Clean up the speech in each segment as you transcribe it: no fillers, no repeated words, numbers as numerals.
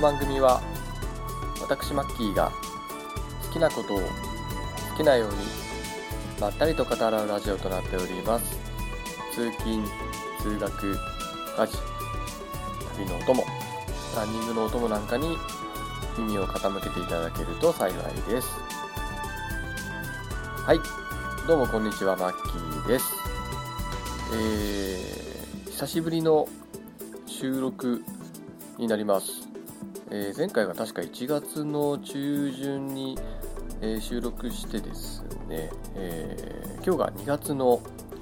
番組は私マッキーが好きなことを好きなようにまったりと語らうラジオとなっております。通勤、通学、家事、旅のお供、ランニングのお供なんかに耳を傾けていただけると幸いです。はい、どうもこんにちは、マッキーです。久しぶりの収録になります。前回が確か1月の中旬に、収録してですね、今日が2月の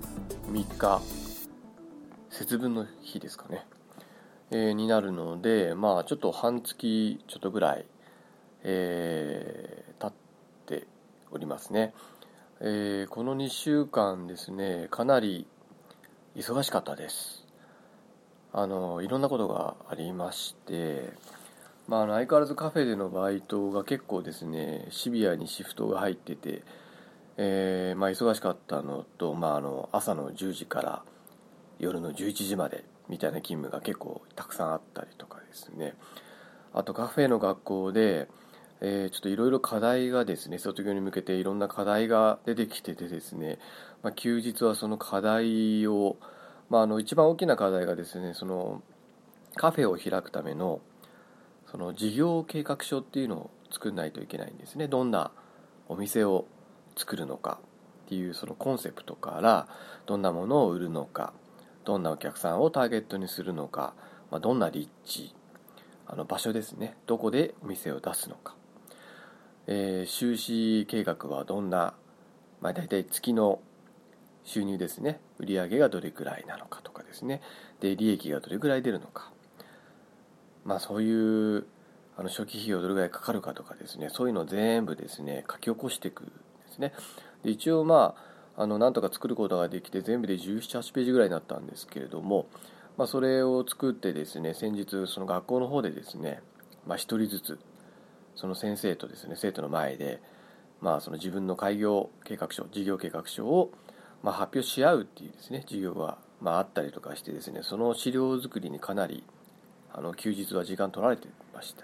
3日、節分の日ですかね、になるので、ちょっと半月ちょっとぐらい、経っておりますね。この2週間ですね、かなり忙しかったです。いろんなことがありまして、相変わらずカフェでのバイトが結構ですね、シビアにシフトが入ってて、忙しかったのと、朝の10時から夜の11時までみたいな勤務が結構たくさんあったりとかですね。あとカフェの学校で、ちょっといろいろ課題がですね、卒業に向けていろんな課題が出てきててですね、休日はその課題を、一番大きな課題がですね、そのカフェを開くためのその事業計画書っていうのを作んないといけないんですね。どんなお店を作るのかっていうそのコンセプトから、どんなものを売るのか、どんなお客さんをターゲットにするのか、どんな立地、場所ですね、どこでお店を出すのか、収支計画はどんな、大体月の収入ですね、売上がどれくらいなのかとかですね、で利益がどれくらい出るのか、そういう初期費用どれくらいかかるかとかですね、そういうのを全部ですね書き起こしていくんですね。で一応なんとか作ることができて全部で17、8ページぐらいになったんですけれども、それを作ってですね、先日その学校の方でですね、一人ずつその先生とですね、生徒の前でその自分の開業計画書、事業計画書を発表し合うっていうですね、授業があったりとかしてですね、その資料作りにかなり休日は時間取られてました。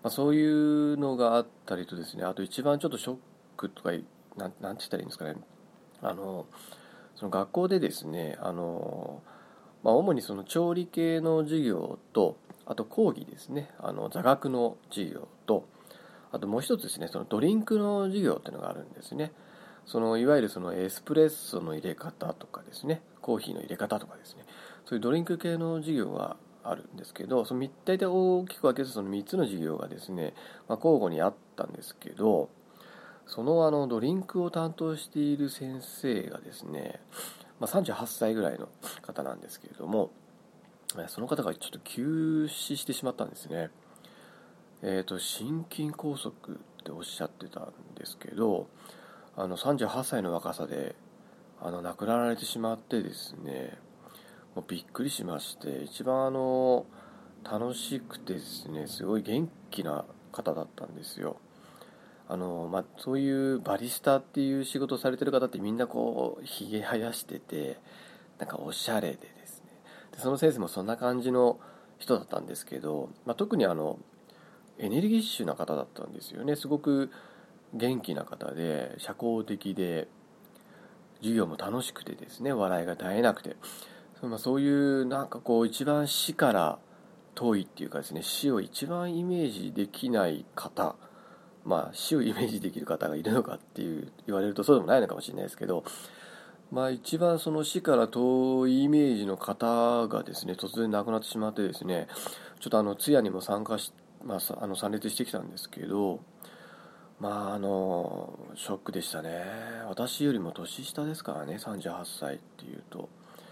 そういうのがあったりとですね、あと一番ちょっとショックとかなんて言ったらいいんですかね、その学校でですね、主にその調理系の授業と、あと講義ですね、座学の授業と、あともう一つですね、そのドリンクの授業っていうのがあるんですね。そのいわゆるそのエスプレッソの入れ方とかですね、コーヒーの入れ方とかですね、そういうドリンク系の授業があるんですけど、その大体大きく分けてその3つの授業がですね、交互にあったんですけど、そのドリンクを担当している先生がですね、38歳ぐらいの方なんですけれども、その方がちょっと急死してしまったんですね。心筋梗塞っておっしゃってたんですけど、38歳の若さで亡くなられてしまってですね、もうびっくりしまして、一番楽しくてですね、すごい元気な方だったんですよ。そういうバリスタっていう仕事をされてる方ってみんなこうひげ生やしてて、なんかおしゃれでですね、でその先生もそんな感じの人だったんですけど、特にエネルギッシュな方だったんですよね。すごく元気な方で社交的で、授業も楽しくてですね、笑いが絶えなくて、そういうなんかこう一番死から遠いっていうかですね、死を一番イメージできない方、死をイメージできる方がいるのかっていう言われるとそうでもないのかもしれないですけど、一番その死から遠いイメージの方がですね、突然亡くなってしまってですね、ちょっと通夜にも参列してきたんですけど、ショックでしたね。私よりも年下ですからね、38歳っていうと。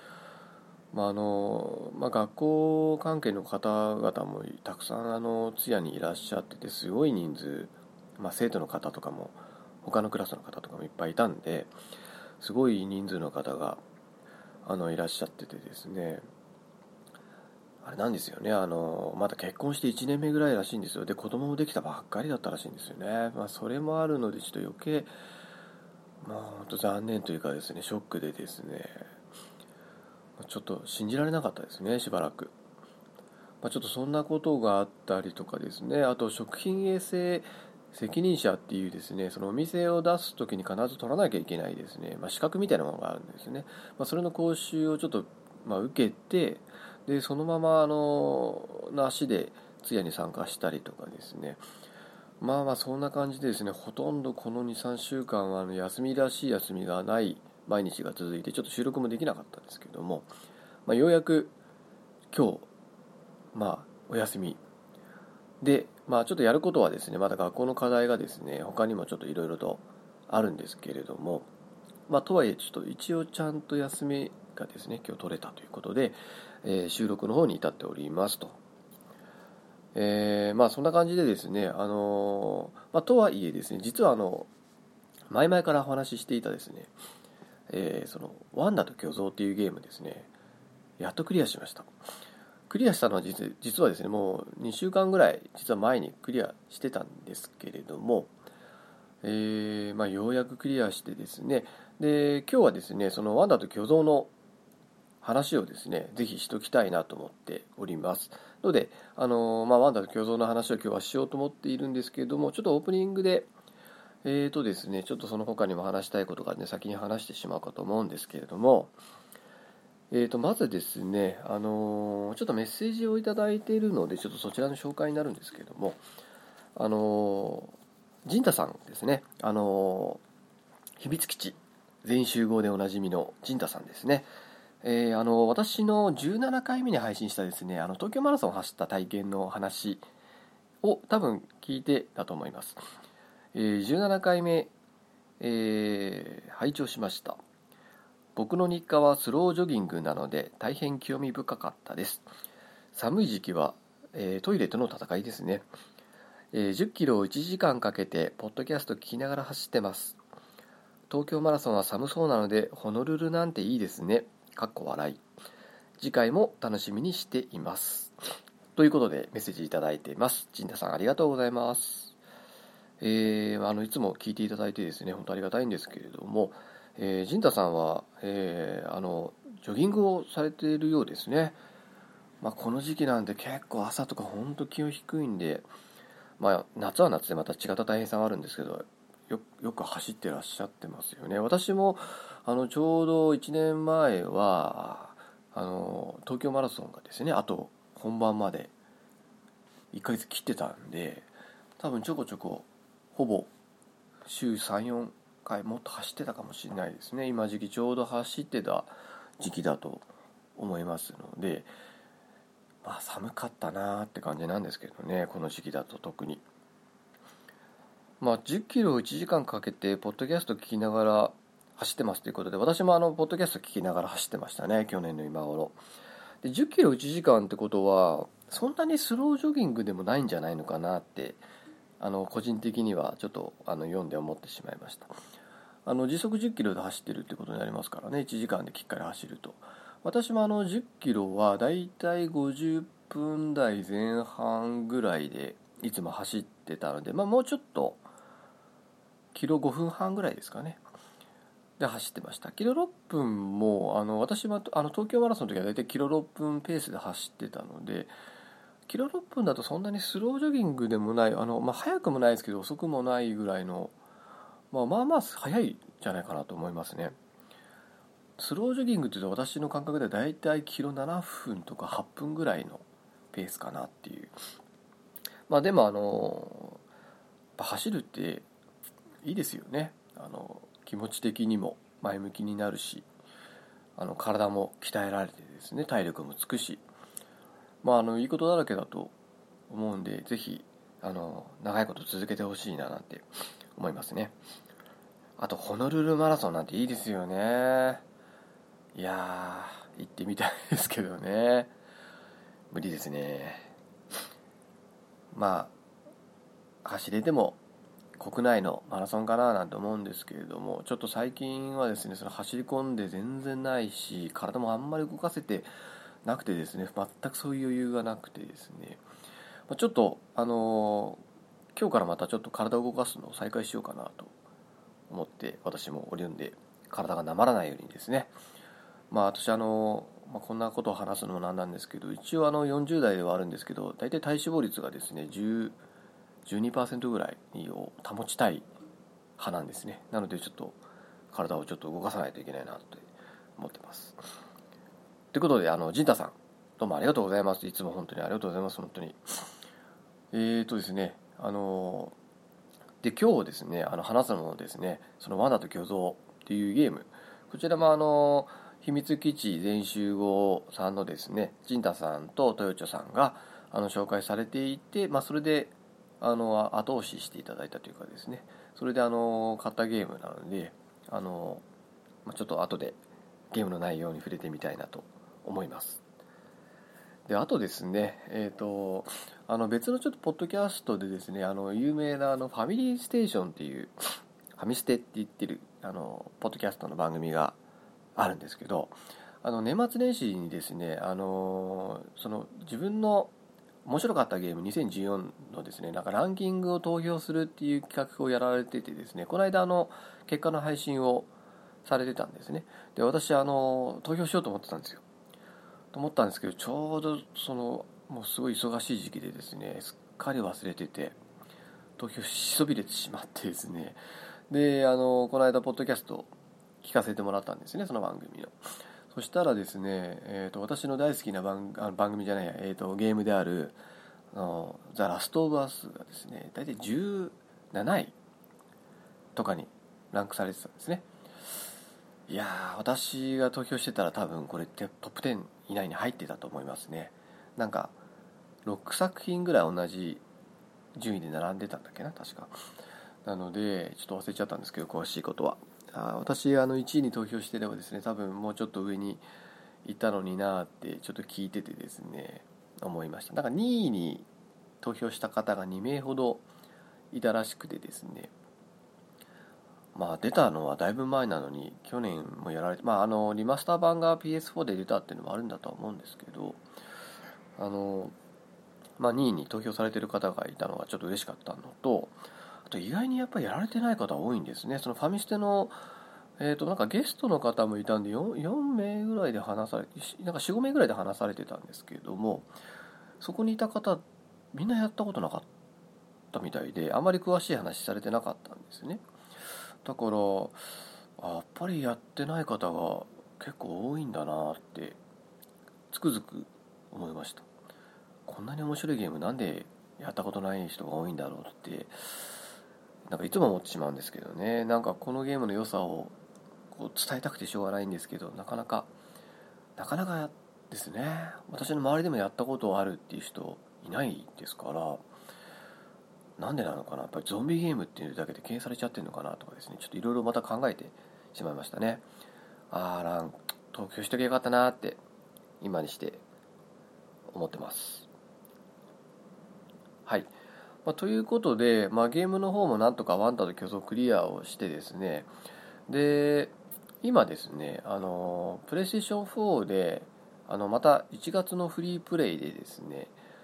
学校関係の方々もたくさん通夜にいらっしゃってて、すごい人数、生徒の方とかも他のクラスの方とかもいっぱいいたんで、すごい人数の方がいらっしゃっててですね、あれなんですよね、まだ結婚して1年目ぐらいらしいんですよ。で子供もできたばっかりだったらしいんですよね。それもあるのでちょっと余計本当残念というかですね、ショックでですね、ちょっと信じられなかったですね、しばらく。 ちょっとそんなことがあったりとかですね、あと食品衛生責任者っていうですね、そのお店を出すときに必ず取らなきゃいけないですね、資格みたいなものがあるんですよね。それの講習をちょっと、受けて、でそのままな足で通夜に参加したりとかですね、そんな感じでですね、ほとんどこの2、3週間は休みらしい休みがない毎日が続いて、ちょっと収録もできなかったんですけども、ようやく今日、お休みで、ちょっとやることはですね、まだ学校の課題がですね、他にもちょっといろいろとあるんですけれども、とはいえちょっと一応ちゃんと休みがですね、今日取れたということで、収録の方に至っておりますと。そんな感じでですね、とはいえですね、実は前々からお話ししていたですね、そのワンダと巨像っていうゲームですね、やっとクリアしました。クリアしたのは実はですね、もう2週間ぐらい実は前にクリアしてたんですけれども、ようやくクリアしてですね、で今日はですね、そのワンダと巨像の話をですね、ぜひしときたいなと思っております。ので、ワンダと巨像の話を今日はしようと思っているんですけれども、ちょっとオープニングで、ですね、ちょっとその他にも話したいことがね、先に話してしまうかと思うんですけれども、まずですね、ちょっとメッセージをいただいているので、ちょっとそちらの紹介になるんですけれども、陣太さんですね、秘密基地全員集合でおなじみの陣太さんですね。私の17回目に配信したですね、東京マラソンを走った体験の話を多分聞いてだと思います。17回目、拝聴しました。僕の日課はスロージョギングなので大変興味深かったです。寒い時期は、トイレとの戦いですね。10キロを1時間かけてポッドキャスト聞きながら走ってます。東京マラソンは寒そうなのでホノルルなんていいですね。かっこ笑い。次回も楽しみにしています。ということでメッセージいただいています。陣太さんありがとうございます。いつも聞いていただいてですね、本当ありがたいんですけれども、陣太さんは、ジョギングをされているようですね。この時期なんで結構朝とか本当気温低いんで、夏は夏でまた違った大変さはあるんですけど、よく走ってらっしゃってますよね。私もちょうど1年前は東京マラソンがですね、あと本番まで1ヶ月切ってたんで、多分ちょこちょこほぼ週3、4回もっと走ってたかもしれないですね。今時期ちょうど走ってた時期だと思いますので、寒かったなーって感じなんですけどね、この時期だと特に。10キロを1時間かけてポッドキャスト聞きながら走ってますということで、私もポッドキャスト聞きながら走ってましたね、去年の今頃で。10キロ1時間ってことはそんなにスロージョギングでもないんじゃないのかなって、個人的にはちょっと読んで思ってしまいました。時速10キロで走ってるってことになりますからね、1時間できっかり走ると。私も10キロはだいたい50分台前半ぐらいでいつも走ってたので、もうちょっとキロ5分半ぐらいですかねで走ってました。キロ6分も私は東京マラソンの時はだいたいキロ6分ペースで走ってたので、キロ6分だとそんなにスロージョギングでもない、速くもないですけど遅くもないぐらいの、速いんじゃないかなと思いますね。スロージョギングっていうと私の感覚ではだいたいキロ7分とか8分ぐらいのペースかなっていう。でも走るっていいですよね。気持ち的にも前向きになるし、体も鍛えられてですね、体力もつくし、いいことだらけだと思うんで、ぜひ長いこと続けてほしいななんて思いますね。あとホノルルマラソンなんていいですよね。いやー、行ってみたいですけどね、無理ですね。走れても国内のマラソンかななんて思うんですけれども、ちょっと最近はですね、その走り込んで全然ないし、体もあんまり動かせてなくてですね、全くそういう余裕がなくてですね、ちょっと今日からまたちょっと体を動かすのを再開しようかなと思って、私も折り読んで体がなまらないようにですね、 私こんなことを話すのもなんなんですけど、一応40代ではあるんですけど、大体体脂肪率がですね12% ぐらいを保ちたい派なんですね。なのでちょっと体をちょっと動かさないといけないなと思ってます。ということで陣太さん、どうもありがとうございます。いつも本当にありがとうございます。本当にですねで今日ですね話すのもですね、その罠と巨像っていうゲーム、こちらも秘密基地全集合さんのですね、陣太さんと豊町さんが紹介されていて、それで後押ししていただいたというかですね、それで買ったゲームなのでちょっと後でゲームの内容に触れてみたいなと思います。であとですね、別のちょっとポッドキャストでですね、有名なファミリーステーションっていう、ファミステって言ってるポッドキャストの番組があるんですけど、年末年始にですね、その自分の面白かったゲーム2014のですね、なんかランキングを投票するっていう企画をやられててですね、この間結果の配信をされてたんですね。で私投票しようと思ってたんですよ。と思ったんですけど、ちょうどもうすごい忙しい時期でですね、すっかり忘れてて投票しそびれてしまってですね、でこの間ポッドキャスト聞かせてもらったんですね、その番組の。そしたらですね、私の大好きな番組じゃないや、ゲームであるザ・ラスト・オブ・アスがですね、大体17位とかにランクされてたんですね。いやー、私が投票してたら多分これってトップ10以内に入ってたと思いますね。なんか6作品ぐらい同じ順位で並んでたんだっけな、確か。なのでちょっと忘れちゃったんですけど、詳しいことは。私1位に投票してればですね、多分もうちょっと上にいたのになーってちょっと聞いててですね、思いました。なんか2位に投票した方が2名ほどいたらしくてですね、出たのはだいぶ前なのに去年もやられて、リマスター版が PS4 で出たっていうのもあるんだとは思うんですけど、2位に投票されてる方がいたのがちょっと嬉しかったのと、あと意外にやっぱりやられてない方多いんですね。そのファミステのなんかゲストの方もいたんで 4名ぐらいで話されて、なんか4、5名ぐらいで話されてたんですけれども、そこにいた方みんなやったことなかったみたいで、あまり詳しい話されてなかったんですね。だからやっぱりやってない方が結構多いんだなってつくづく思いました。こんなに面白いゲームなんでやったことない人が多いんだろうってなんかいつも思ってしまうんですけどね。なんかこのゲームの良さをこう伝えたくてしょうがないんですけど、なかなかですね。私の周りでもやったことあるっていう人いないですから、なんでなのかな。やっぱりゾンビゲームっていうだけで敬遠されちゃってるのかなとかですね、ちょっといろいろまた考えてしまいましたね。投票しときゃよかったなって今にして思ってます。はい。ということで、ゲームの方もなんとかワンダと巨像クリアをしてですね、で今ですねプレイステーション4でまた1月のフリープレイでですね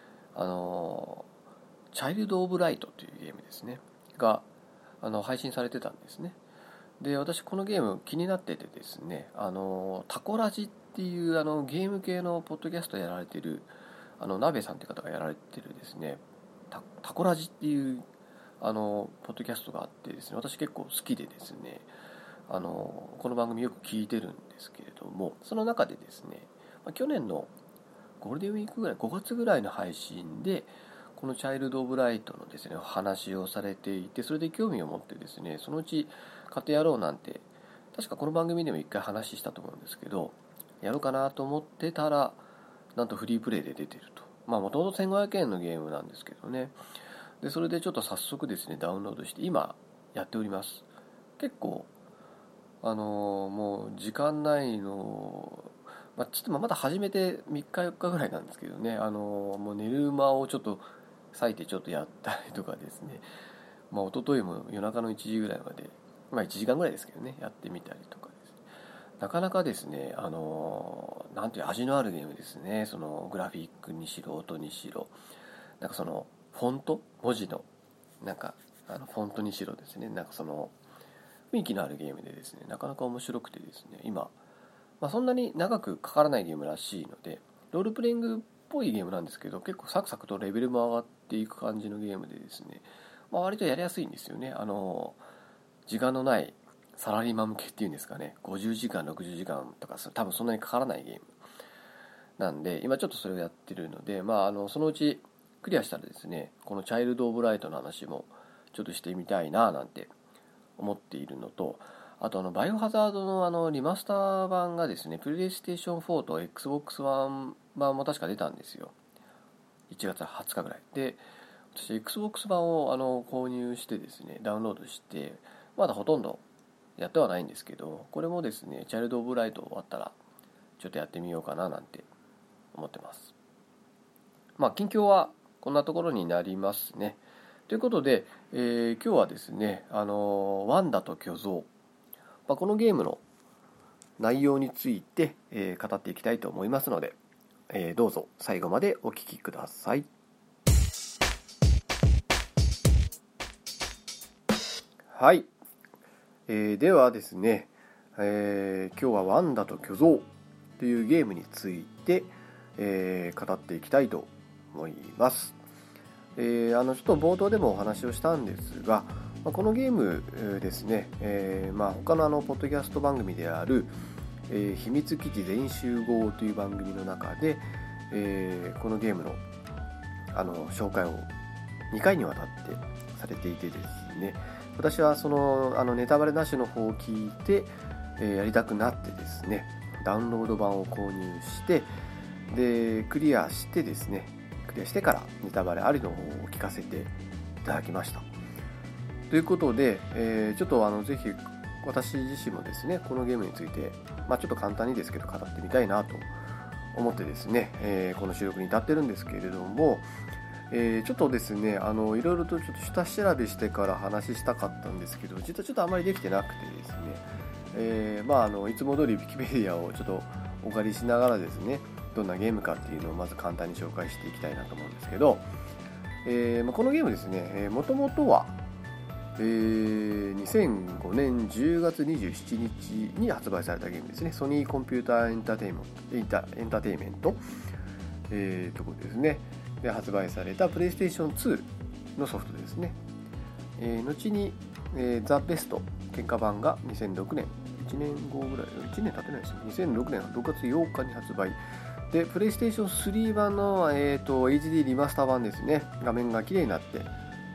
チャイルド・オブ・ライトというゲームですねが配信されてたんですね。で私このゲーム気になっててですねタコラジっていうゲーム系のポッドキャストやられてる鍋さんって方がやられてるですねタコラジっていうポッドキャストがあってですね、私結構好きでですねこの番組よく聞いてるんですけれども、その中でですね、去年のゴールデンウィークぐらい5月ぐらいの配信でこのチャイルド・オブ・ライトのですね話をされていて、それで興味を持ってですね、そのうち買ってやろうなんて確かこの番組でも一回話したと思うんですけど、やろうかなと思ってたらなんとフリープレイで出てると。もともと1500円のゲームなんですけどね。でそれでちょっと早速ですねダウンロードして今やっております。結構もう時間ないの、ちょっとまだ始めて3日4日ぐらいなんですけどね、もう寝る間をちょっと割いてちょっとやったりとかですね、一昨日も夜中の1時ぐらいまで、1時間ぐらいですけどね、やってみたりとかですね、なかなかですね、なんていう味のあるゲームですね。そのグラフィックにしろ音にしろ、なんかそのフォント文字のなんかフォントにしろですね、なんかその雰囲気のあるゲームでですね、なかなか面白くてですね、今そんなに長くかからないゲームらしいので、ロールプレイングっぽいゲームなんですけど、結構サクサクとレベルも上がっていく感じのゲームでですね、割とやりやすいんですよね。時間のないサラリーマン向けっていうんですかね、50時間60時間とか多分そんなにかからないゲームなんで、今ちょっとそれをやってるので、そのうちクリアしたらですね、このチャイルド・オブ・ライトの話もちょっとしてみたいななんて思っているのと、あとバイオハザードのリマスター版がですね、プレイステーション4と Xbox One 版も確か出たんですよ。1月20日ぐらいで、私 Xbox 版を購入してですね、ダウンロードして、まだほとんどやってはないんですけど、これもですね、チャイルド・オブ・ライト終わったらちょっとやってみようかななんて思ってます。近況はこんなところになりますね。ということで、今日はですね、ワンダと巨像、このゲームの内容について、語っていきたいと思いますので、どうぞ最後までお聞きください。はい、ではですね、今日はワンダと巨像というゲームについて、語っていきたいと思います。ちょっと冒頭でもお話をしたんですが、このゲームですね、他のポッドキャスト番組である、秘密基地全集合という番組の中で、このゲームの紹介を2回にわたってされていてですね、私はそのネタバレなしの方を聞いて、やりたくなってですね、ダウンロード版を購入してでクリアしてですね、クリアしてからネタバレありの方を聞かせていただきました。ということで、ちょっとぜひ私自身もですね、このゲームについて、ちょっと簡単にですけど語ってみたいなと思ってですね、この収録に至ってるんですけれども、ちょっとですね、いろいろとちょっと下調べしてから話したかったんですけど、実はちょっとあまりできてなくてですね、いつも通り Wikipedia をちょっとお借りしながらですね、どんなゲームかっていうのをまず簡単に紹介していきたいなと思うんですけど、このゲームですね、もともとは2005年10月27日に発売されたゲームですね。ソニーコンピューターエンターテイメントところですねで発売されたプレイステーション2のソフトですね。後に、ザ・ベスト喧嘩版が2006年1年後ぐらい、1年経ってないですね、2006年6月8日に発売で、プレイステーション3版の、HD リマスター版ですね。画面が綺麗になって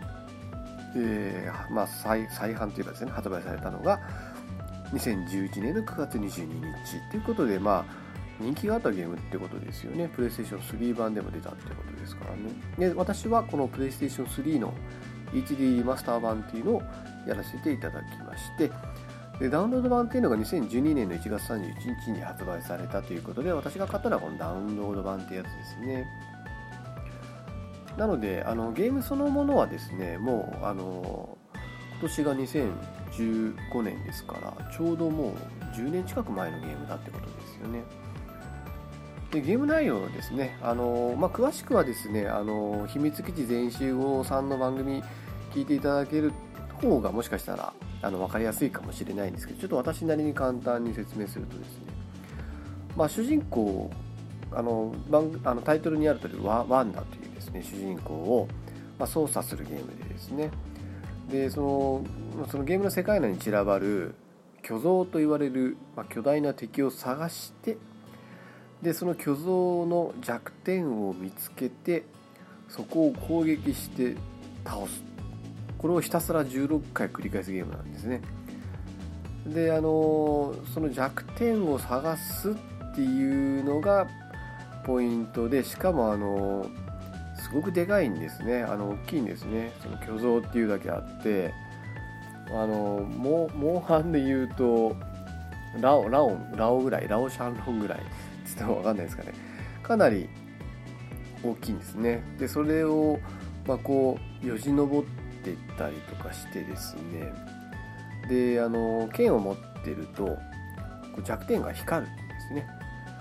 再販というかですね、発売されたのが2011年の9月22日ということで、人気があったゲームってことですよね。プレイステーション3版でも出たってことですからね。で、私はこのプレイステーション3の HD リマスター版っていうのをやらせていただきまして、でダウンロード版っていうのが2012年の1月31日に発売されたということで、私が買ったのはこのダウンロード版ってやつですね。なのでゲームそのものはですね、もう今年が2015年ですから、ちょうどもう10年近く前のゲームだってことですよね。でゲーム内容ですね、詳しくはですね、秘密基地全集合さんの番組聞いていただける方がもしかしたら分かりやすいかもしれないんですけど、ちょっと私なりに簡単に説明するとですね、主人公タイトルにある通りワンダというですね、主人公を、操作するゲームでですね、でそのゲームの世界内に散らばる巨像と言われる、巨大な敵を探して、でその巨像の弱点を見つけてそこを攻撃して倒す、これをひたすら16回繰り返すゲームなんですね。でその弱点を探すっていうのがポイントで、しかもすごくでかいんですね。大きいんですね。その巨像っていうだけあって、モンハンで言うとラオぐらい、ラオシャンロンぐらいつっても分かんないですかね。かなり大きいんですね。でそれをこうよじ登っていったりとかしてですね、で剣を持ってると弱点が光るんですね。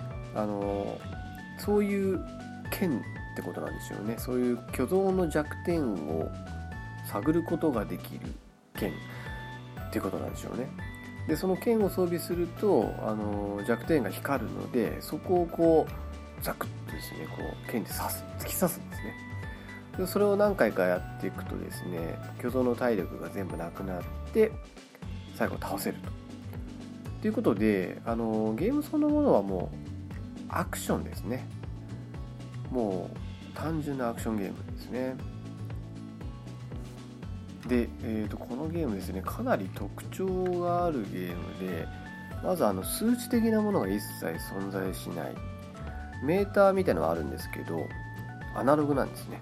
そういう剣ってことなんでしょうね。そういう巨像の弱点を探ることができる剣ってことなんでしょうね。 でその剣を装備すると弱点が光るので、そこをこうザクッとですねこう剣で突き刺すんですね。でそれを何回かやっていくとですね、巨像の体力が全部なくなって最後倒せるということで、ゲームそのものはもうアクションですね。もう単純なアクションゲームですね。で、このゲームですね、かなり特徴があるゲームで、まず数値的なものが一切存在しない。メーターみたいなのはあるんですけど、アナログなんですね。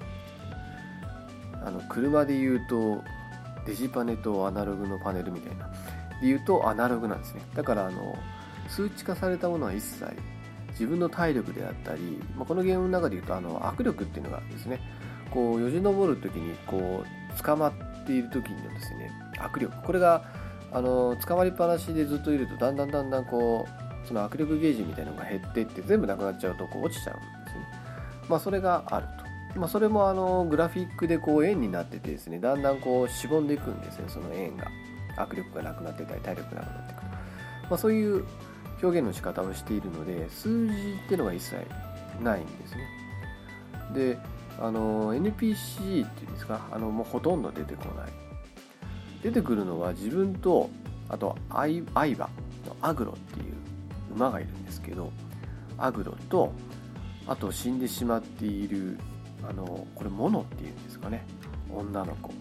車で言うとデジパネとアナログのパネルみたいなで言うとアナログなんですね。だから数値化されたものは一切自分の体力であったり、このゲームの中で言うと握力っていうのがあるんですね。こうよじ登るときにこう捕まっているときのですね握力、これが捕まりっぱなしでずっといるとだんだんこうその握力ゲージみたいなのが減っていって全部なくなっちゃうとこう落ちちゃうんですね。それがあると。それもグラフィックでこう円になっててですね、だんだんこうしぼんでいくんですね。その円が握力がなくなってたり体力がなくなっていくと、そういう表現の仕方をしているので、数字っていうのが一切ないんですね。でNPC っていうんですか、もうほとんど出てこない。出てくるのは自分と、あと相場のアグロっていう馬がいるんですけど、アグロと、あと死んでしまっているこれモノっていうんですかね、女の子、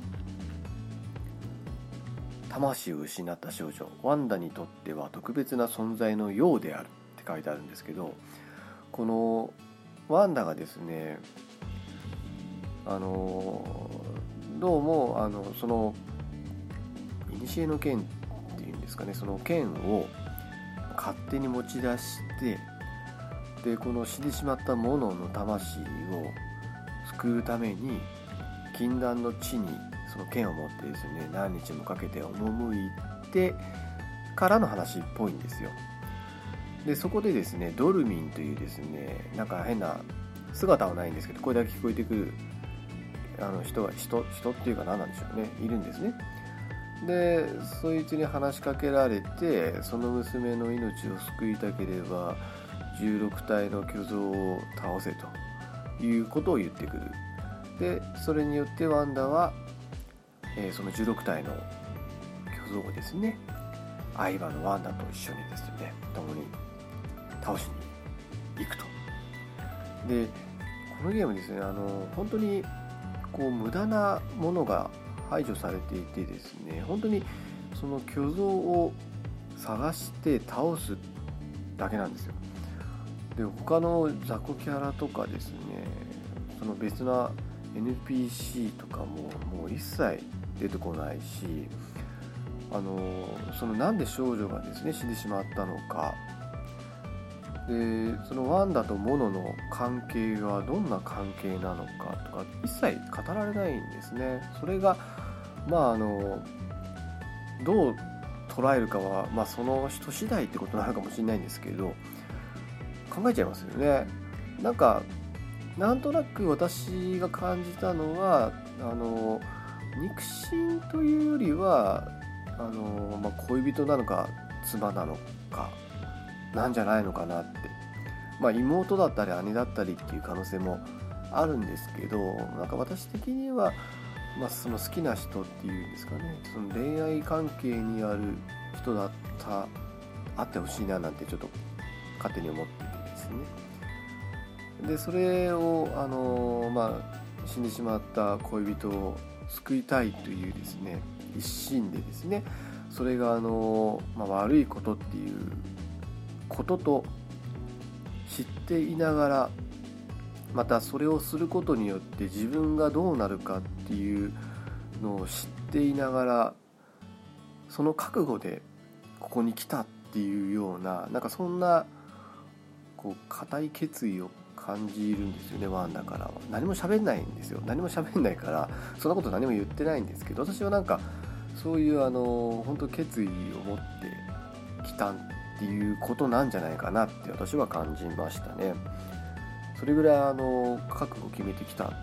魂を失った少女ワンダにとっては特別な存在のようであるって書いてあるんですけど、このワンダがですねどうもその古の剣っていうんですかね、その剣を勝手に持ち出して、でこの死んでしまったモノの魂を救うために禁断の地にその剣を持ってですね何日もかけて赴いてからの話っぽいんですよ。でそこでですねドルミンというですね、なんか変な姿はないんですけど声だけ聞こえてくる人っていうか何なんでしょうね、いるんですね。でそいつに話しかけられて、その娘の命を救いたければ16体の巨像を倒せということを言ってくる。でそれによってワンダは、その16体の巨像をですね相場のワンダと一緒にですね共に倒しに行くと。でこのゲームですね本当にこう無駄なものが排除されていてですね、本当にその巨像を探して倒すだけなんですよ。で他の雑魚キャラとかですね、その別な NPC とかももう一切出てこないし、そのなんで少女がですね死んでしまったのか、でそのワンダとモノの関係がどんな関係なのかとか一切語られないんですね。それがどう捉えるかは、その人次第ってことなのかもしれないんですけど、考えちゃいますよね。なんとなく私が感じたのは肉親というよりは恋人なのか妻なのかなんじゃないのかなって、妹だったり姉だったりっていう可能性もあるんですけど、私的には、その好きな人っていうんですかね、その恋愛関係にある人だったあってほしいななんてちょっと勝手に思っててですね。でそれを死んでしまった恋人を救いたいというですね一心でですね、それが悪いことっていうことと知っていながら、またそれをすることによって自分がどうなるかっていうのを知っていながら、その覚悟でここに来たっていうような、そんなこう固い決意を感じるんですよね。ワンダからは何も喋んないんですよ。何も喋んないからそんなこと何も言ってないんですけど、私はそういう本当決意を持ってきたっていうことなんじゃないかなって私は感じましたね。それぐらい覚悟を決めてきたって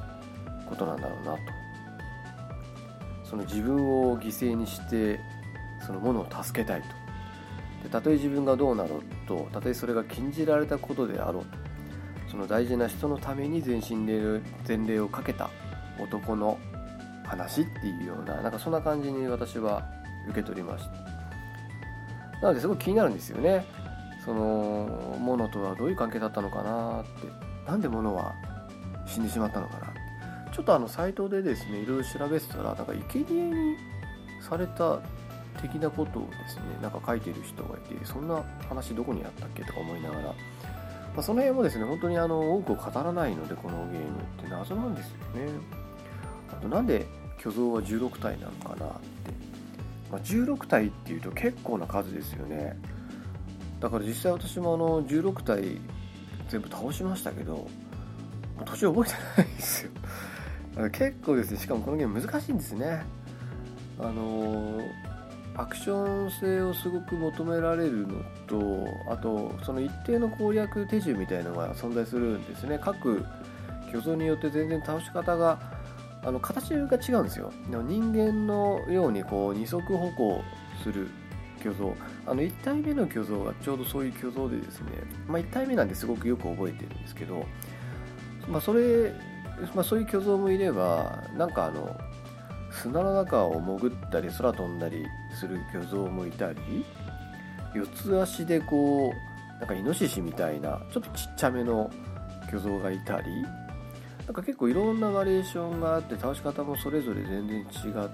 いうことなんだろうなと。その自分を犠牲にしてそのものを助けたいと。でたとえ自分がどうなろうと、たとえそれが禁じられたことであろうと、その大事な人のために全身全霊をかけた男の話っていうような、なんかそんな感じに私は受け取りました。なのですごい気になるんですよね。そのモノとはどういう関係だったのかなって、なんでモノは死んでしまったのかな。ちょっとサイトでですねいろいろ調べてたら、なんか生贄にされた的なことをですねなんか書いてる人がいて、そんな話どこにあったっけとか思いながら、その辺もですね本当に多くを語らないので、このゲームって謎なんですよね。あとなんで巨像は16体なのかなって、16体っていうと結構な数ですよね。だから実際私も16体全部倒しましたけど、もう途中覚えてないんですよ。結構ですね、しかもこのゲーム難しいんですね。アクション性をすごく求められるのと、あとその一定の攻略手順みたいなのが存在するんですね。各巨像によって全然倒し方が形が違うんですよ。人間のようにこう二足歩行する巨像、1体目の巨像がちょうどそういう巨像でですね、1体目なんですごくよく覚えてるんですけど、そういう巨像もいれば、なんか砂の中を潜ったり空飛んだりする巨像もいたり、四つ足でこうなんかイノシシみたいなちょっとちっちゃめの巨像がいたり、なんか結構いろんなバリエーションがあって、倒し方もそれぞれ全然違ってですね、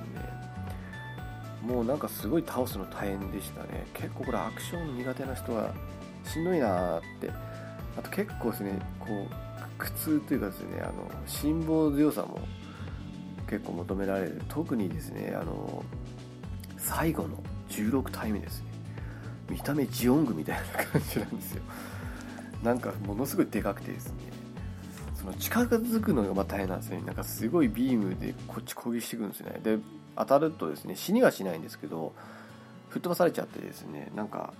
もうなんかすごい倒すの大変でしたね。結構これアクション苦手な人はしんどいなって。あと結構ですねこう苦痛というかですね、辛抱強さも結構求められる。特にですね最後の16体目ですね、見た目ジオングみたいな感じなんですよ。なんかものすごいでかくてですね、その近づくのが大変なんですね。なんかすごいビームでこっち攻撃してくるんですね。で当たるとですね、死にはしないんですけど吹っ飛ばされちゃってですね、なんか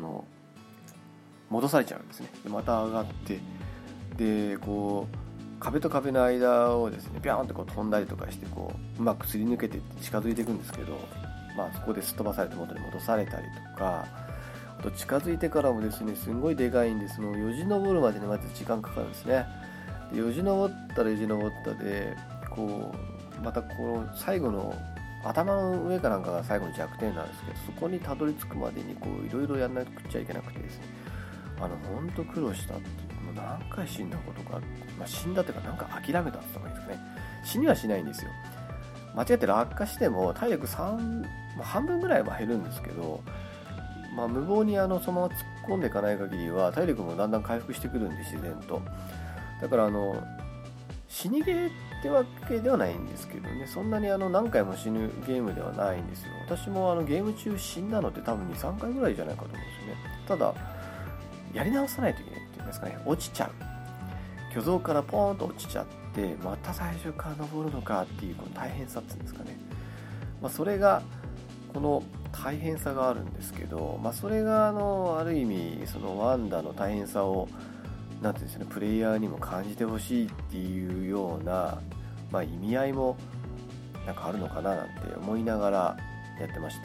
戻されちゃうんですね。でまた上がって、でこう壁と壁の間をですねビャーンとこう飛んだりとかして、こううまくすり抜けて近づいていくんですけど、そこですっ飛ばされて元に戻されたりとか、あと近づいてからもですねすごいでかいんで、そのよじ登るまでにまず時間かかるんですね。でよじ登ったらよじ登ったで、こうまたこの最後の頭の上かなんかが最後の弱点なんですけど、そこにたどり着くまでにこういろいろやんなくちゃいけなくてですね、ほんと苦労したって。もう何回死んだことか、死んだっていうかなんか諦めたって言った方がいいですかね。死にはしないんですよ。間違って落下しても体力半分ぐらいは減るんですけど、無謀にそのまま突っ込んでいかない限りは体力もだんだん回復してくるんで、自然と。だから死にゲーってわけではないんですけどね、そんなに何回も死ぬゲームではないんですよ。私もゲーム中死んだのって多分 2,3 回ぐらいじゃないかと思うんですよね。ただやり直さないといけないっていうんですかね、落ちちゃう、巨像からポーンと落ちちゃってまた最初から登るのかっていうこの大変さっていうんですかね、それがこの大変さがあるんですけど、それがある意味そのワンダの大変さをなんていうんですね、プレイヤーにも感じてほしいっていうような、意味合いもなんかあるのかななんて思いながらやってました。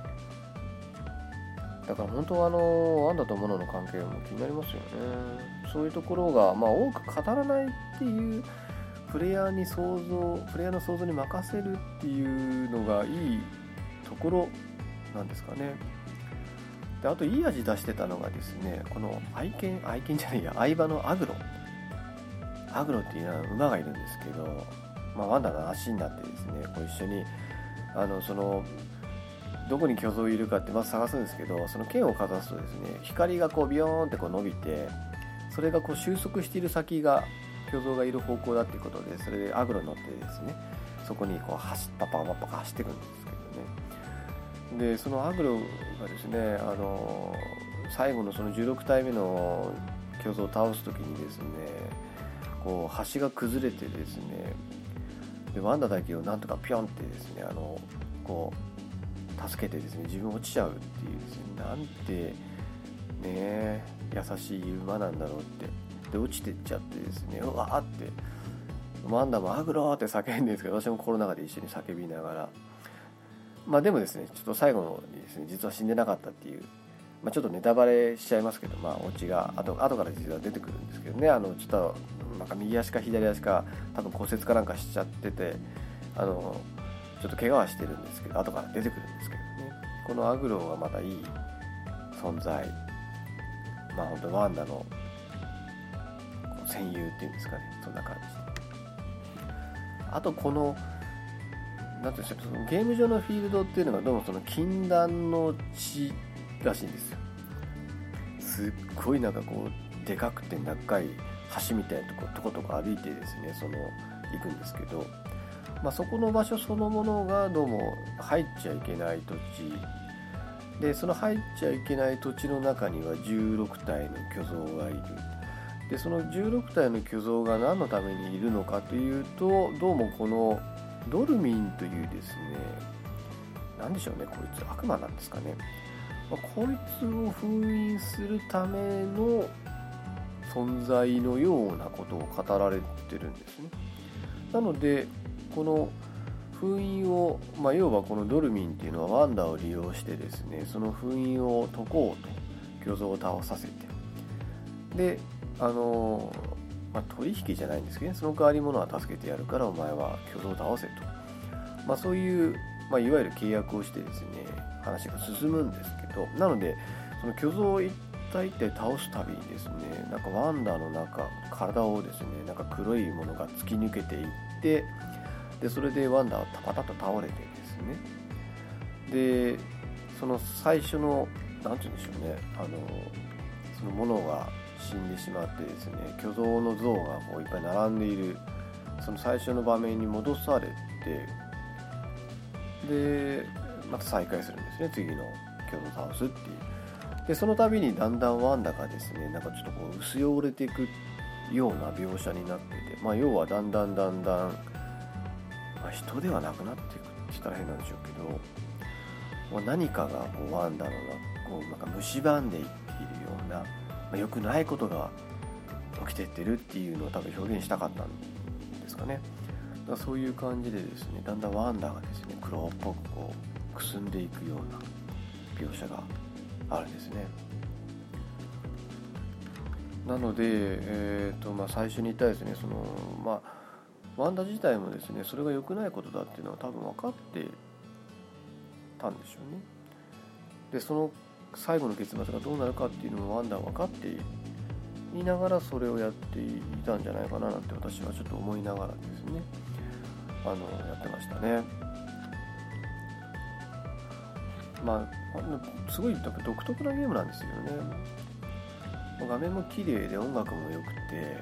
だから本当はワンダとモノの関係も気になりますよね。そういうところが、多く語らないっていう、プレイヤーの想像に任せるっていうのがいいところなんですかね。であといい味出してたのがですね、この相場のアグロっていうのは馬がいるんですけど、ワンダの足になってですね、こう一緒にどこに巨像いるかってまず探すんですけど、その剣をかざすとですね、光がこうビヨーンってこう伸びて、それがこう収束している先が巨像がいる方向だっていうことで、それでアグロに乗ってですね、そこにこうパパ走っていくんですけどね。でそのアグロがですね、最後のその16体目の巨像を倒すときにですね、こう橋が崩れてですね、でワンダだけをなんとかピョンってですね、こう助けてですね、自分落ちちゃうっていうですね、なんてね優しい馬なんだろうって。で落ちてっちゃってですね、うわーってワンダもアグローって叫んでるんですけど、私も心の中で一緒に叫びながら、 でもですね、ちょっと最後にですね、実は死んでなかったっていう、ちょっとネタバレしちゃいますけど、オチが後から実は出てくるんですけどね、ちょっとなんか右足か左足か多分骨折かなんかしちゃってて、ちょっと怪我はしてるんですけど、後から出てくるんですけどね、このアグロがまたいい存在、本当ワンダの戦友っていうんですかね、そんな感じで。あとこのなんていうんですか、そのゲーム上のフィールドっていうのがどうもその禁断の地らしいんですよ。すっごいなんかこうでかくて長い橋みたいなとことか歩いてですね、行くんですけど、そこの場所そのものがどうも入っちゃいけない土地で、その入っちゃいけない土地の中には16体の巨像がいる。でその16体の巨像が何のためにいるのかというと、どうもこのドルミンというですね、なんでしょうね、こいつ悪魔なんですかね、こいつを封印するための存在のようなことを語られてるんですね。なのでこの封印を、要はこのドルミンっていうのはワンダを利用してですね、その封印を解こうと巨像を倒させて、で取引じゃないんですけどね、その代わり者は助けてやるからお前は巨像を倒せと、そういう、いわゆる契約をしてですね、話が進むんですけど、なのでその巨像を一体一体倒すたびにですね、なんかワンダの体をですね、なんか黒いものが突き抜けていって、でそれでワンダはパタッと倒れてですね、でその最初のなんて言うんでしょうね、そのものが死んでしまってですね、巨像の像がこういっぱい並んでいるその最初の場面に戻されて、でまた再開するんですね、次の巨像を倒すっていう。でその度にだんだんワンダがですね、なんかちょっとこう薄汚れていくような描写になってて、要はだんだん人ではなくなっていくって言ったら変なんでしょうけど、何かがこうワンダのこうなんか蝕んでいっているような、良くないことが起きてってるっていうのを多分表現したかったんですかね。だからそういう感じでですね、だんだんワンダがですね、黒っぽくこうくすんでいくような描写があるんですね。なので、最初に言ったですね、ワンダ自体もですね、それが良くないことだっていうのは多分分かってたんでしょうね。でその最後の結末がどうなるかっていうのもワンダは分かっていながらそれをやっていたんじゃないかななんて私はちょっと思いながらですね、やってましたね。すごい独特なゲームなんですよね。画面も綺麗で音楽も良くて、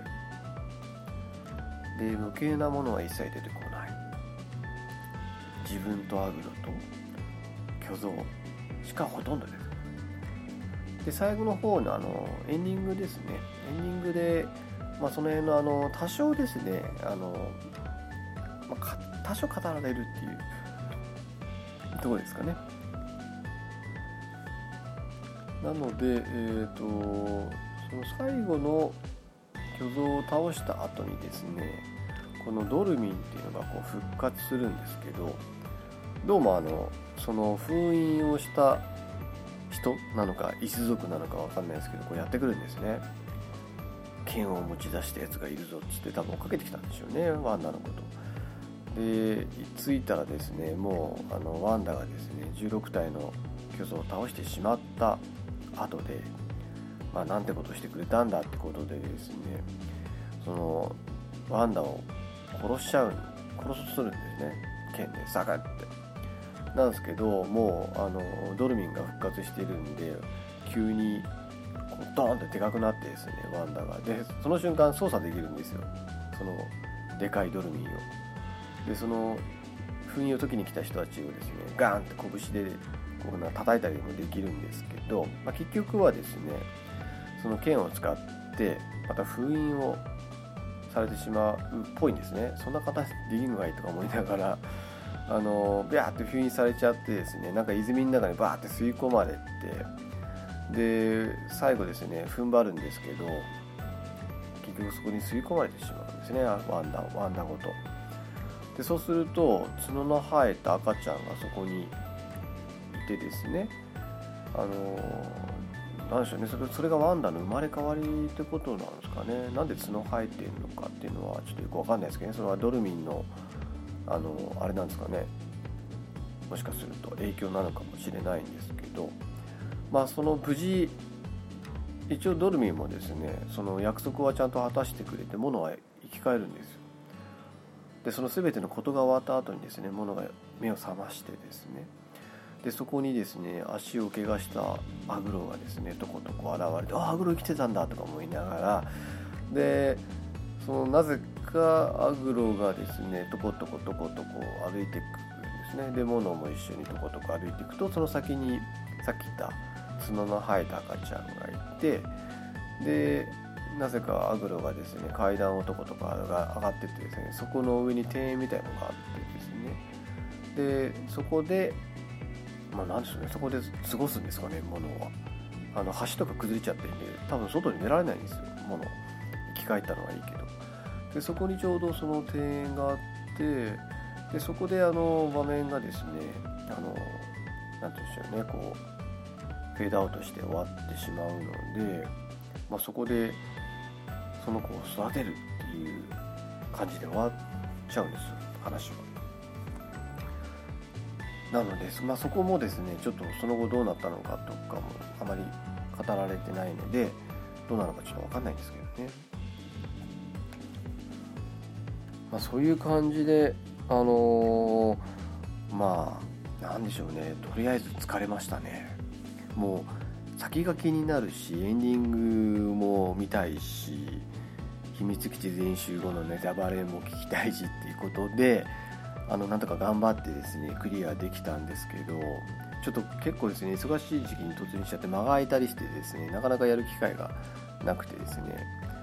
で無形なものは一切出てこない。自分とアグロと巨像しかほとんど出てこない。で最後の方のエンディングですね。エンディングで、その辺の多少ですね、多少語られるっていうところですかね。なので、その最後の巨像を倒した後にですね、このドルミンっていうのがこう復活するんですけど、どうもその封印をした人なのか一族なのか分かんないですけど、こうやってくるんですね。剣を持ち出したやつがいるぞっつって多分追っかけてきたんでしょうね、ワンダのことで。着いたらですね、もうワンダがですね16体の巨像を倒してしまった後で、なんてことしてくれたんだってことでですね、そのワンダを殺そうとするんですね、剣でサカってなんですけど、もうドルミンが復活しているんで急にこうドーンってでかくなってですね、ワンダがでその瞬間操作できるんですよ、そのでかいドルミンを。でその封印を解きに来た人たちをですね、ガーンって拳でこう叩いたりもできるんですけど、結局はですね、その剣を使ってまた封印をされてしまうっぽいんですね。そんな形できるのがいいとか思いながら、ビャーって封印されちゃってですね、なんか泉の中にバーって吸い込まれて、で最後ですね踏ん張るんですけど、結局そこに吸い込まれてしまうんですね、ワンダごと。でそうすると角の生えた赤ちゃんがそこにてですね、なんでしょうね、それがワンダの生まれ変わりってことなんですかね。なんで角生えてるのかっていうのはちょっとよくわかんないですけどね。それはドルミンのあれなんですかね、もしかすると影響なのかもしれないんですけど、その無事一応ドルミンもですね、その約束はちゃんと果たしてくれて、モノは生き返るんですよ。でその全てのことが終わった後にですね、モノが目を覚ましてですね、でそこにですね、足を怪我したアグロがですねとことこ現れて、アグロ生きてたんだとか思いながら、でなぜかアグロがですねとことこ歩いていくんですね。でモノも一緒にとことこ歩いていくと、その先にさっき言った角の生えた赤ちゃんがいて、でなぜかアグロがですね階段をとことこ上がってってですね、そこの上に庭園みたいなのがあってですね、でそこでなんでしょうね、そこで過ごすんですかね、モノは。橋とか崩れちゃってるんで、多分外に出られないんですよ、モノ。生き返ったのはいいけど。でそこにちょうどその庭園があって、でそこで場面がですね、なんていうんでしょうね、こうフェードアウトして終わってしまうので、そこでその子を育てるっていう感じで終わっちゃうんですよ、話は。なので、そこもですね、ちょっとその後どうなったのかとかもあまり語られてないので、どうなのかちょっと分かんないんですけどね。そういう感じでなんでしょうね、とりあえず疲れましたね。もう先が気になるし、エンディングも見たいし、秘密基地全集後のネタバレも聞きたいしっていうことで、なんとか頑張ってですねクリアできたんですけど、ちょっと結構ですね忙しい時期に突入しちゃって間が空いたりしてですね、なかなかやる機会がなくてですね、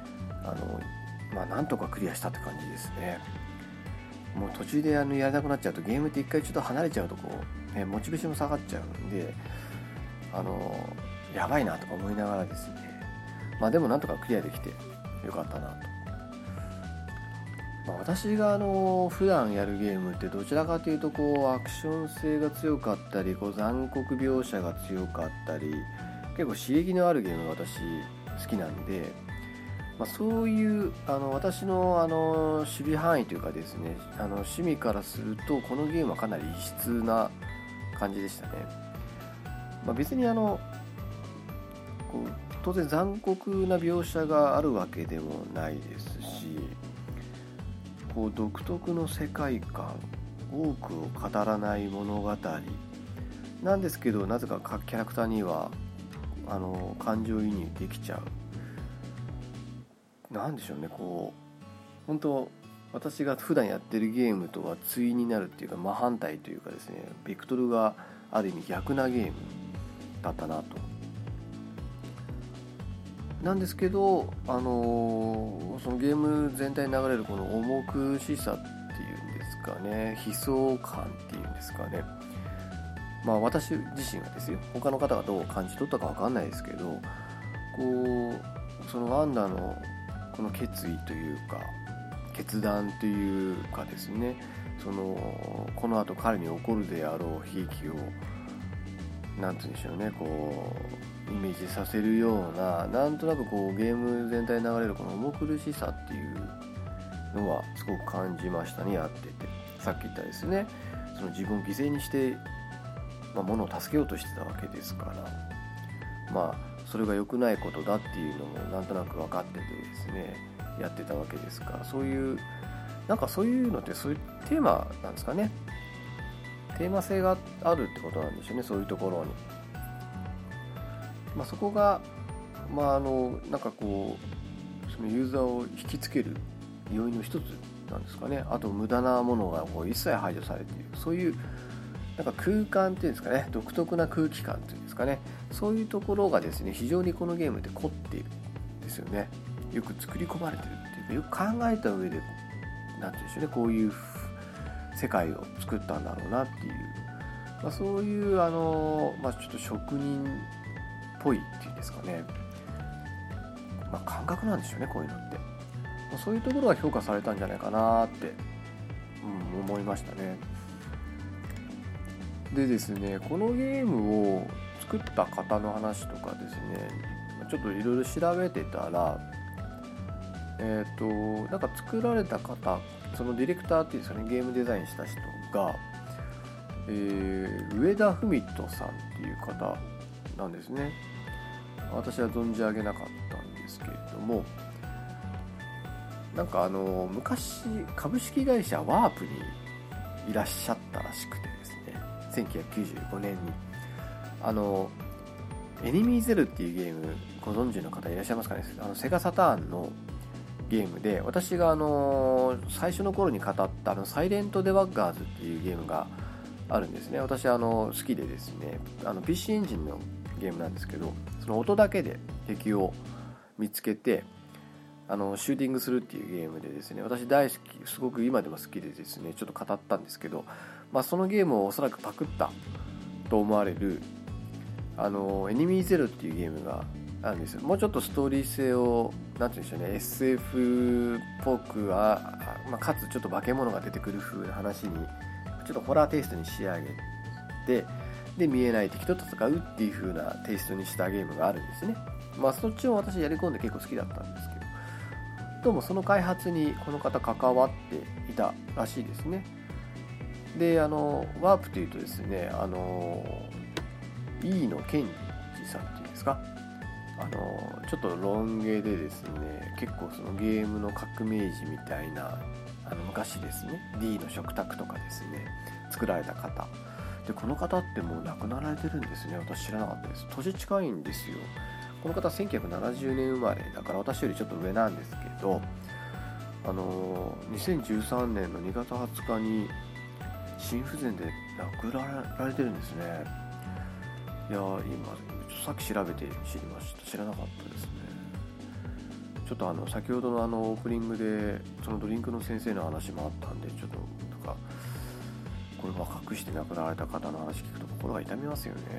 なんとかクリアしたって感じですね。もう途中でやれなくなっちゃうと、ゲームって一回ちょっと離れちゃうとモチベーションも下がっちゃうんで、やばいなとか思いながらですね、でもなんとかクリアできてよかったなと。私が普段やるゲームってどちらかというとアクション性が強かったり、残酷描写が強かったり、結構刺激のあるゲームが私好きなんで、そういう私の守備範囲というかですね、趣味からするとこのゲームはかなり異質な感じでしたね。別に当然残酷な描写があるわけでもないですし、独特の世界観、多くを語らない物語なんですけど、なぜか各キャラクターには感情移入できちゃう。なんでしょうね、本当私が普段やってるゲームとは対になるっていうか、真反対というかですね、ベクトルがある意味逆なゲームだったなと。なんですけど、そのゲーム全体に流れるこの重苦しさっていうんですかね、悲壮感っていうんですかね、私自身はですよ、他の方がどう感じ取ったか分かんないですけど、そのワンダのこの決意というか決断というかですね、この後彼に起こるであろう悲劇をなんて言うんでしょうね、イメージさせるような、なんとなくゲーム全体に流れるこの重苦しさっていうのはすごく感じましたね、やってて。さっき言ったですね、その自分を犠牲にして、物を助けようとしてたわけですから、それが良くないことだっていうのもなんとなく分かっててですね、やってたわけですから、そういうのってそういうテーマなんですかね。テーマ性があるってことなんでしょうね、そういうところに。そこが、そのユーザーを引きつける要因の一つなんですかね。あと無駄なものが一切排除されている、そういう空間っていうんですかね、独特な空気感っていうんですかね、そういうところがですね、非常にこのゲームって凝っているんですよね。よく作り込まれてるっていうか、よく考えた上でなんていうんでしょうね、こういう世界を作ったんだろうなっていう、そういうちょっと職人っぽいっていうんですかね、感覚なんでしょうね、こういうのって。そういうところが評価されたんじゃないかなって、思いましたね。 でですね、このゲームを作った方の話とかですね、ちょっといろいろ調べてたら、なんか作られた方、そのディレクターっていうんですかね、ゲームデザインした人が、上田文人さんっていう方なんですね。私は存じ上げなかったんですけれども、なんか昔株式会社ワープにいらっしゃったらしくてですね、1995年にエニミーゼルっていうゲームご存知の方いらっしゃいますかね。セガサターンのゲームで、私が最初の頃に語ったサイレントデバッガーズっていうゲームがあるんですね。私好きでですね、PC エンジンのゲームなんですけど、その音だけで敵を見つけてシューティングするっていうゲームでですね、私大好き、すごく今でも好きでですね、ちょっと語ったんですけど、そのゲームをおそらくパクったと思われるエニミーゼロっていうゲームがあるんですよ。もうちょっとストーリー性をなんて言うんでしょうね、 SF っぽくかつちょっと化け物が出てくる風な話にちょっとホラーテイストに仕上げて、で見えない敵と戦うっていう風なテイストにしたゲームがあるんですね。そっちを私やり込んで結構好きだったんですけど、どうもその開発にこの方関わっていたらしいですね。でワープというとですね、飯野健二さんっていうんですか、ちょっとロン毛でですね、結構そのゲームの革命児みたいな昔ですね D の食卓とかですね作られた方で、この方ってもう亡くなられてるんですね。私知らなかったです。年近いんですよ。この方1970年生まれだから私よりちょっと上なんですけど、2013年の2月20日に心不全で亡くなられてるんですね。いや今さっき調べて知りました。知らなかったですね。ちょっと先ほどのオープニングでそのドリンクの先生の話もあったんで、ちょっとなんかこれ若くして亡くなられた方の話聞くと心が痛みますよね。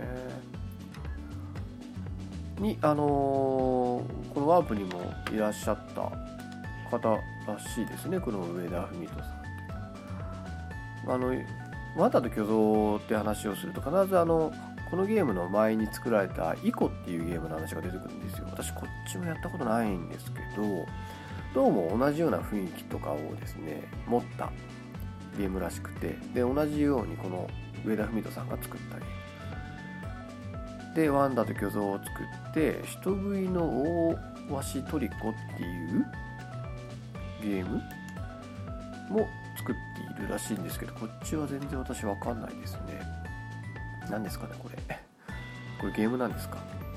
このワープにもいらっしゃった方らしいですね、この上田文人さん。ワンダと巨像って話をすると必ずこのゲームの前に作られたイコっていうゲームの話が出てくるんですよ。私こっちもやったことないんですけど、どうも同じような雰囲気とかをですね持ったゲームらしくて、で同じようにこの上田文人さんが作ったゲームで、ワンダと巨像を作って人食いの大鷲トリコっていうゲームも作っているらしいんですけど、こっちは全然私わかんないですね。何ですかねこれゲームなんですか。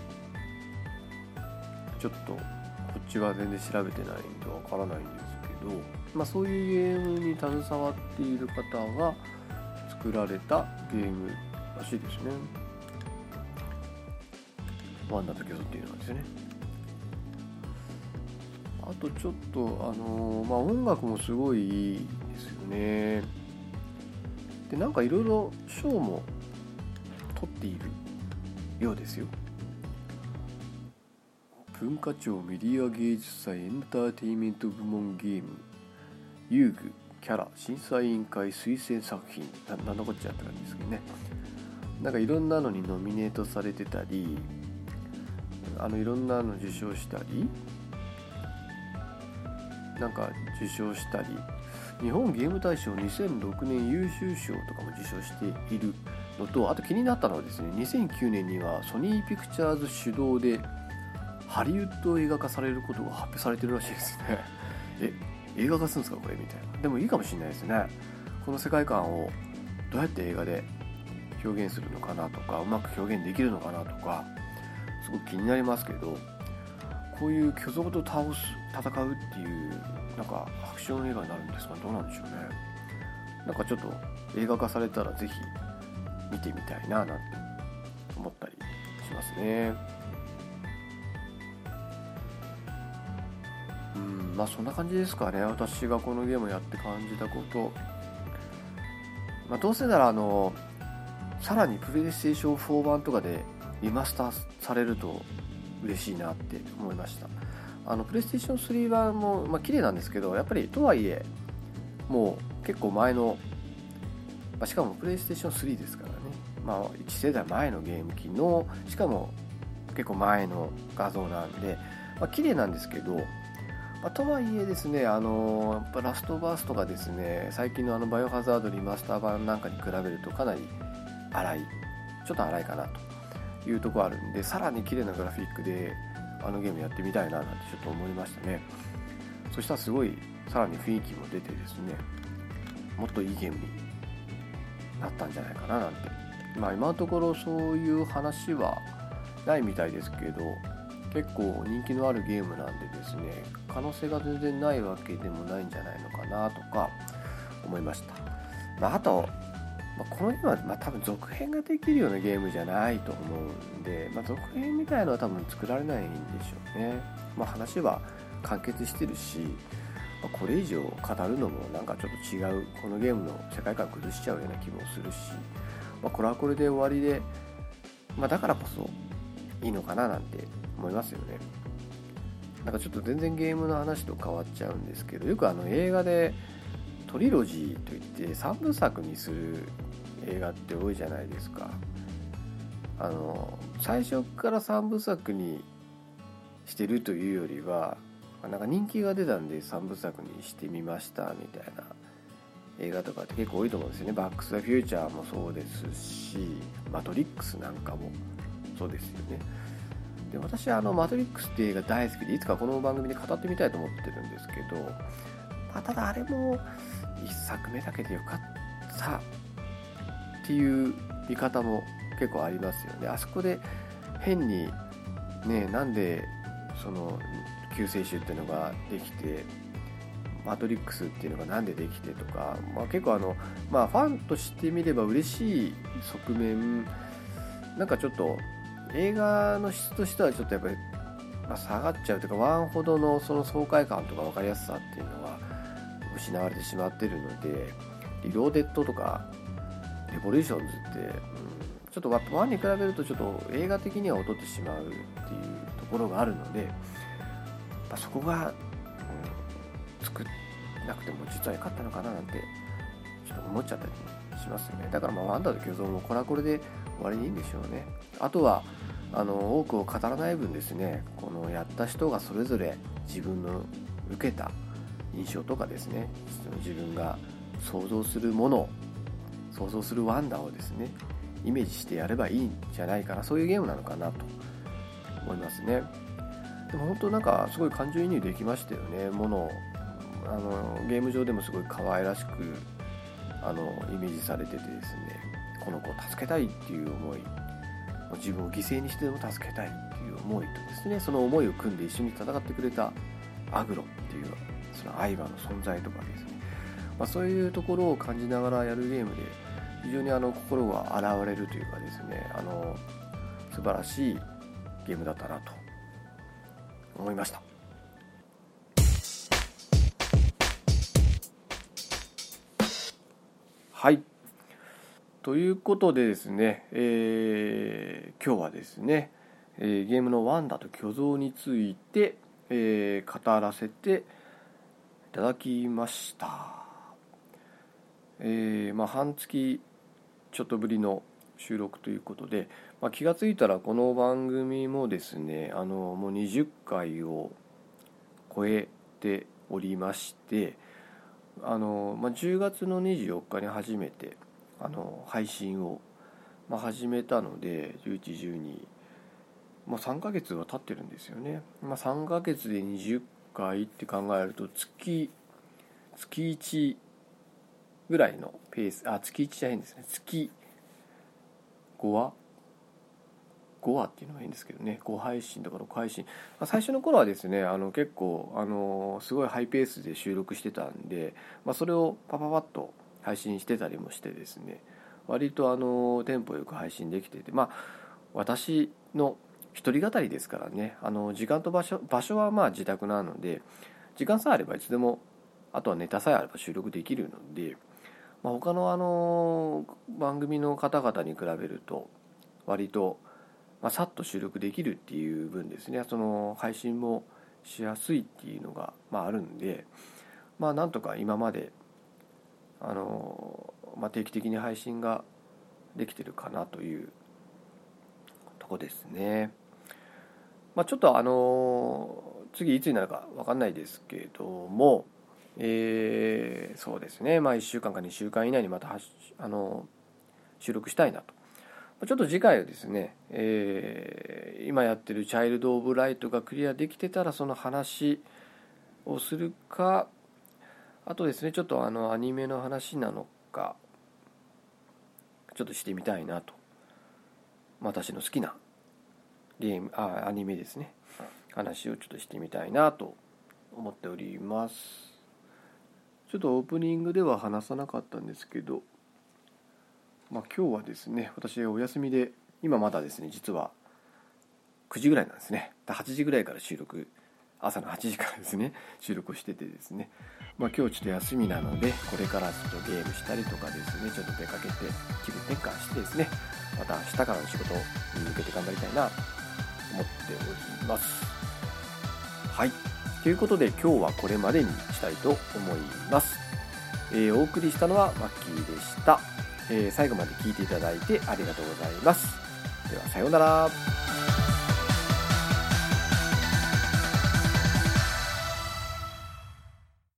ちょっとこっちは全然調べてないんでわからないんですけど、そういうゲームに携わっている方が作られたゲームらしいですね。ワンダと巨像っていうのがですね。あとちょっと音楽もすごいいいですよね。でなんかいろいろ賞も取っているようですよ。文化庁メディア芸術祭エンターテインメント部門ゲーム遊具キャラ審査委員会推薦作品なんだこっちゃって感じですけどね。なんかいろんなのにノミネートされてたり、いろんなの受賞したり、なんか受賞したり、日本ゲーム大賞2006年優秀賞とかも受賞しているのと、あと気になったのはですね、2009年にはソニーピクチャーズ主導でハリウッド映画化されることが発表されてるらしいですね。映画化するんですかこれみたいな。でもいいかもしれないですね。この世界観をどうやって映画で表現するのかなとか、うまく表現できるのかなとか、すごく気になりますけど、こういう巨像と戦うっていうなんかアクション映画になるんですか、どうなんでしょうね。なんかちょっと映画化されたらぜひ見てみたいななんて思ったりしますね。そんな感じですかね。私がこのゲームをやって感じたこと、どうせならさらにプレイステーション4版とかでリマスターされると嬉しいなって思いました。プレイステーション3版も綺麗なんですけど、やっぱりとはいえもう結構前の、しかもプレイステーション3ですからね、 1世代前のゲーム機の、しかも結構前の画像なんで、綺麗なんですけど、とはいえですね、やっぱラストバースとかですね、最近のバイオハザードリマスター版なんかに比べるとかなりちょっと荒いかなというところあるんで、さらに綺麗なグラフィックでゲームやってみたいななんてちょっと思いましたね。そしたらすごいさらに雰囲気も出てですね、もっといいゲームになったんじゃないかななんて、今のところそういう話はないみたいですけど、結構人気のあるゲームなんでですね、可能性が全然ないわけでもないんじゃないのかなとか思いました。あと、このゲームは多分続編ができるようなゲームじゃないと思うんで、続編みたいのは多分作られないんでしょうね。話は完結してるし、これ以上語るのもなんかちょっと違う、このゲームの世界観崩しちゃうような気もするし、これはこれで終わりで、だからこそいいのかななんて思いますよね。なんかちょっと全然ゲームの話と変わっちゃうんですけど、よく映画でトリロジーといって3部作にする映画って多いじゃないですか。最初から3部作にしてるというよりは、なんか人気が出たんで3部作にしてみましたみたいな映画とかって結構多いと思うんですよね。バックス・ザ・フューチャーもそうですし、マトリックスなんかもそうですよね。で、私はマトリックスって映画大好きで、いつかこの番組で語ってみたいと思ってるんですけど、ただあれも1作目だけでよかったっていう見方も結構ありますよね。あそこで変にね、なんでその救世主っていうのができて、マトリックスっていうのがなんでできてとか、結構ファンとしてみれば嬉しい側面、なんかちょっと映画の質としてはちょっとやっぱり、下がっちゃうというか、ワンほどのその爽快感とか分かりやすさっていうのは失われてしまっているので、リローデッドとかレボリューションズって、ちょっとワンに比べるとちょっと映画的には劣ってしまうっていうところがあるので、そこが、作らなくても実は良かったのかななんてちょっと思っちゃったりもしますよね。だからワンダーと巨像もこれはこれで終わりでいいんでしょうね。あとは多くを語らない分ですね、このやった人がそれぞれ自分の受けた印象とかですね、自分が想像するもの、想像するワンダーをですねイメージしてやればいいんじゃないかな、そういうゲームなのかなと思いますね。でも本当なんかすごい感情移入できましたよね。ものをゲーム上でもすごい可愛らしくイメージされててですね、この子を助けたいっていう思い、自分を犠牲にしてでも助けたいっていう思いとですね、その思いを組んで一緒に戦ってくれたアグロっていうその相葉の存在とかですね、そういうところを感じながらやるゲームで、非常に心が洗われるというかですね、素晴らしいゲームだったなと思いました。はい、ということでですね、今日はですね、ゲームのワンダと巨像について、語らせていただきました。半月ちょっとぶりの収録ということで、気がついたらこの番組もですね、もう20回を超えておりまして、10月の24日に初めて配信を、始めたので、11、12、3ヶ月は経ってるんですよね。3ヶ月で20回って考えると月1ぐらいのペース、月1じゃないんですね、月5話っていうのがいいんですけどね、5配信だから5配信、最初の頃はですね、結構すごいハイペースで収録してたんで、それをパパパッと配信してたりもしてですね、割とテンポよく配信できてて、私の一人語りですからね、時間と場所は自宅なので、時間さえあればいつでも、あとはネタさえあれば収録できるので、他の番組の方々に比べると割とさっと収録できるっていう分ですね、その配信もしやすいっていうのがあるんで、なんとか今まで定期的に配信ができてるかなというとこですね。ちょっと次いつになるか分かんないですけども、そうですね、1週間か2週間以内にまた収録したいなと。ちょっと次回はですね、今やってるチャイルド・オブ・ライトがクリアできてたらその話をするか、あとですね、ちょっとアニメの話なのかちょっとしてみたいなと。私の好きなアニメですね、話をちょっとしてみたいなと思っております。ちょっとオープニングでは話さなかったんですけど、今日はですね、私はお休みで、今まだですね、実は9時ぐらいなんですね。8時ぐらいから朝の8時からですね、収録をしててですね、今日ちょっと休みなので、これからちょっとゲームしたりとかですね、ちょっと出かけて気分転換してですね、また明日からの仕事に向けて頑張りたいなと思っております。はい、ということで今日はこれまでにしたいと思います。お送りしたのはマッキーでした。最後まで聞いていただいてありがとうございます。ではさようなら。